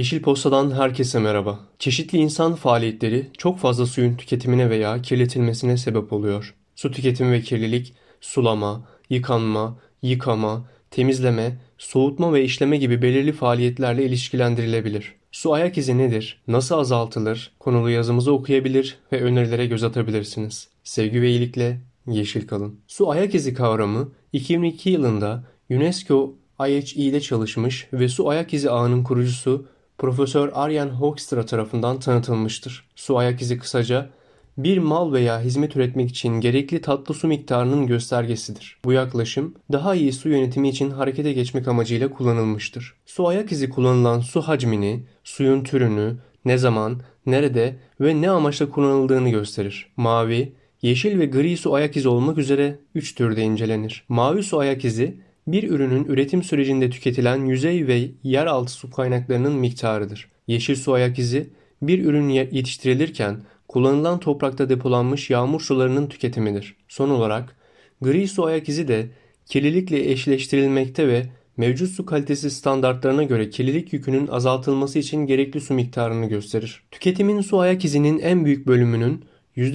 Yeşil Posta'dan herkese merhaba. Çeşitli insan faaliyetleri çok fazla suyun tüketimine veya kirletilmesine sebep oluyor. Su tüketimi ve kirlilik, sulama, yıkanma, yıkama, temizleme, soğutma ve işleme gibi belirli faaliyetlerle ilişkilendirilebilir. Su ayak izi nedir? Nasıl azaltılır? Konulu yazımızı okuyabilir ve önerilere göz atabilirsiniz. Sevgi ve iyilikle yeşil kalın. Su ayak izi kavramı 2002 yılında UNESCO IHE'de çalışmış ve su ayak izi ağının kurucusu Profesör Arjen Hoekstra tarafından tanıtılmıştır. Su ayak izi kısaca bir mal veya hizmet üretmek için gerekli tatlı su miktarının göstergesidir. Bu yaklaşım daha iyi su yönetimi için harekete geçmek amacıyla kullanılmıştır. Su ayak izi kullanılan su hacmini, suyun türünü, ne zaman, nerede ve ne amaçla kullanıldığını gösterir. Mavi, yeşil ve gri su ayak izi olmak üzere 3 türde incelenir. Mavi su ayak izi bir ürünün üretim sürecinde tüketilen yüzey ve yeraltı su kaynaklarının miktarıdır. Yeşil su ayak izi bir ürün yetiştirilirken kullanılan toprakta depolanmış yağmur sularının tüketimidir. Son olarak gri su ayak izi de kirlilikle eşleştirilmekte ve mevcut su kalitesi standartlarına göre kirlilik yükünün azaltılması için gerekli su miktarını gösterir. Tüketimin su ayak izinin en büyük bölümünün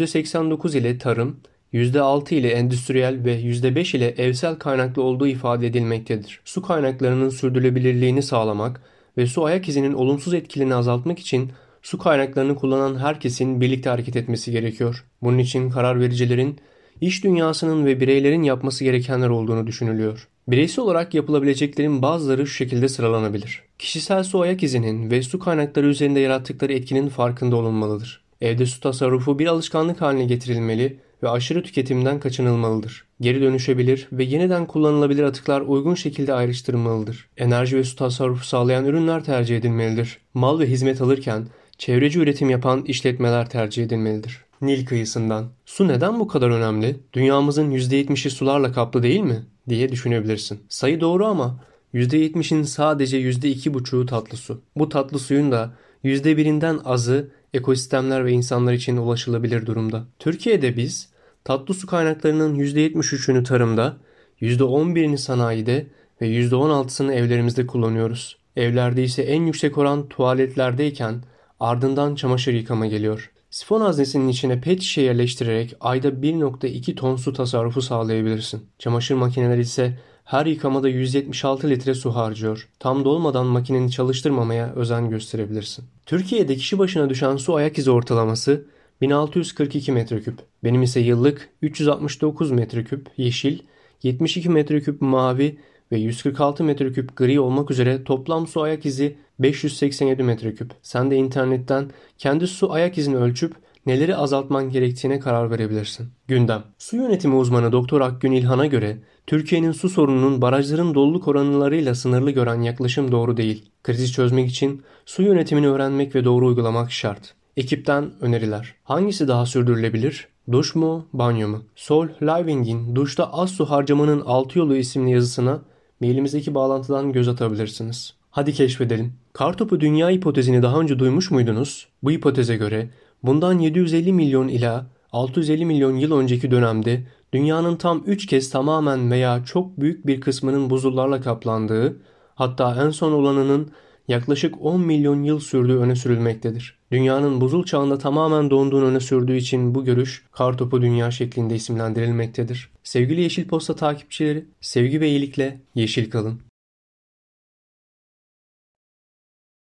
%89 ile tarım, %6 ile endüstriyel ve %5 ile evsel kaynaklı olduğu ifade edilmektedir. Su kaynaklarının sürdürülebilirliğini sağlamak ve su ayak izinin olumsuz etkilerini azaltmak için su kaynaklarını kullanan herkesin birlikte hareket etmesi gerekiyor. Bunun için karar vericilerin, iş dünyasının ve bireylerin yapması gerekenler olduğunu düşünülüyor. Bireysel olarak yapılabileceklerin bazıları şu şekilde sıralanabilir. Kişisel su ayak izinin ve su kaynakları üzerinde yarattıkları etkinin farkında olunmalıdır. Evde su tasarrufu bir alışkanlık haline getirilmeli ve aşırı tüketimden kaçınılmalıdır. Geri dönüşebilir ve yeniden kullanılabilir atıklar uygun şekilde ayrıştırılmalıdır. Enerji ve su tasarrufu sağlayan ürünler tercih edilmelidir. Mal ve hizmet alırken çevreci üretim yapan işletmeler tercih edilmelidir. Nil kıyısından. Su neden bu kadar önemli? Dünyamızın %70'i sularla kaplı değil mi? Diye düşünebilirsin. Sayı doğru ama %70'in sadece %2,5'u tatlı su. Bu tatlı suyun da %1'inden azı ekosistemler ve insanlar için ulaşılabilir durumda. Türkiye'de biz tatlı su kaynaklarının %73'ünü tarımda, %11'ini sanayide ve %16'sını evlerimizde kullanıyoruz. Evlerde ise en yüksek oran tuvaletlerdeyken ardından çamaşır yıkama geliyor. Sifon haznesinin içine pet şişe yerleştirerek ayda 1,2 ton su tasarrufu sağlayabilirsin. Çamaşır makineleri ise her yıkamada 176 litre su harcıyor. Tam dolmadan makineni çalıştırmamaya özen gösterebilirsin. Türkiye'de kişi başına düşen su ayak izi ortalaması 1642 metreküp. Benim ise yıllık 369 metreküp yeşil, 72 metreküp mavi ve 146 metreküp gri olmak üzere toplam su ayak izi 587 metreküp. Sen de internetten kendi su ayak izini ölçüp neleri azaltman gerektiğine karar verebilirsin. Gündem. Su yönetimi uzmanı Doktor Akgün İlhan'a göre Türkiye'nin su sorununun barajların doluluk oranlarıyla sınırlı gören yaklaşım doğru değil. Krizi çözmek için su yönetimini öğrenmek ve doğru uygulamak şart. Ekipten öneriler. Hangisi daha sürdürülebilir? Duş mu, banyo mu? Sol Living'in Duşta Az Su Harcamanın 6 Yolu isimli yazısına mailimizdeki bağlantıdan göz atabilirsiniz. Hadi keşfedelim. Kartopu dünya hipotezini daha önce duymuş muydunuz? Bu hipoteze göre bundan 750 milyon ila 650 milyon yıl önceki dönemde dünyanın tam 3 kez tamamen veya çok büyük bir kısmının buzullarla kaplandığı, hatta en son olanının yaklaşık 10 milyon yıl sürdüğü öne sürülmektedir. Dünyanın buzul çağında tamamen donduğunu öne sürdüğü için bu görüş Kartopu Dünya şeklinde isimlendirilmektedir. Sevgili Yeşil Posta takipçileri, sevgi ve iyilikle yeşil kalın.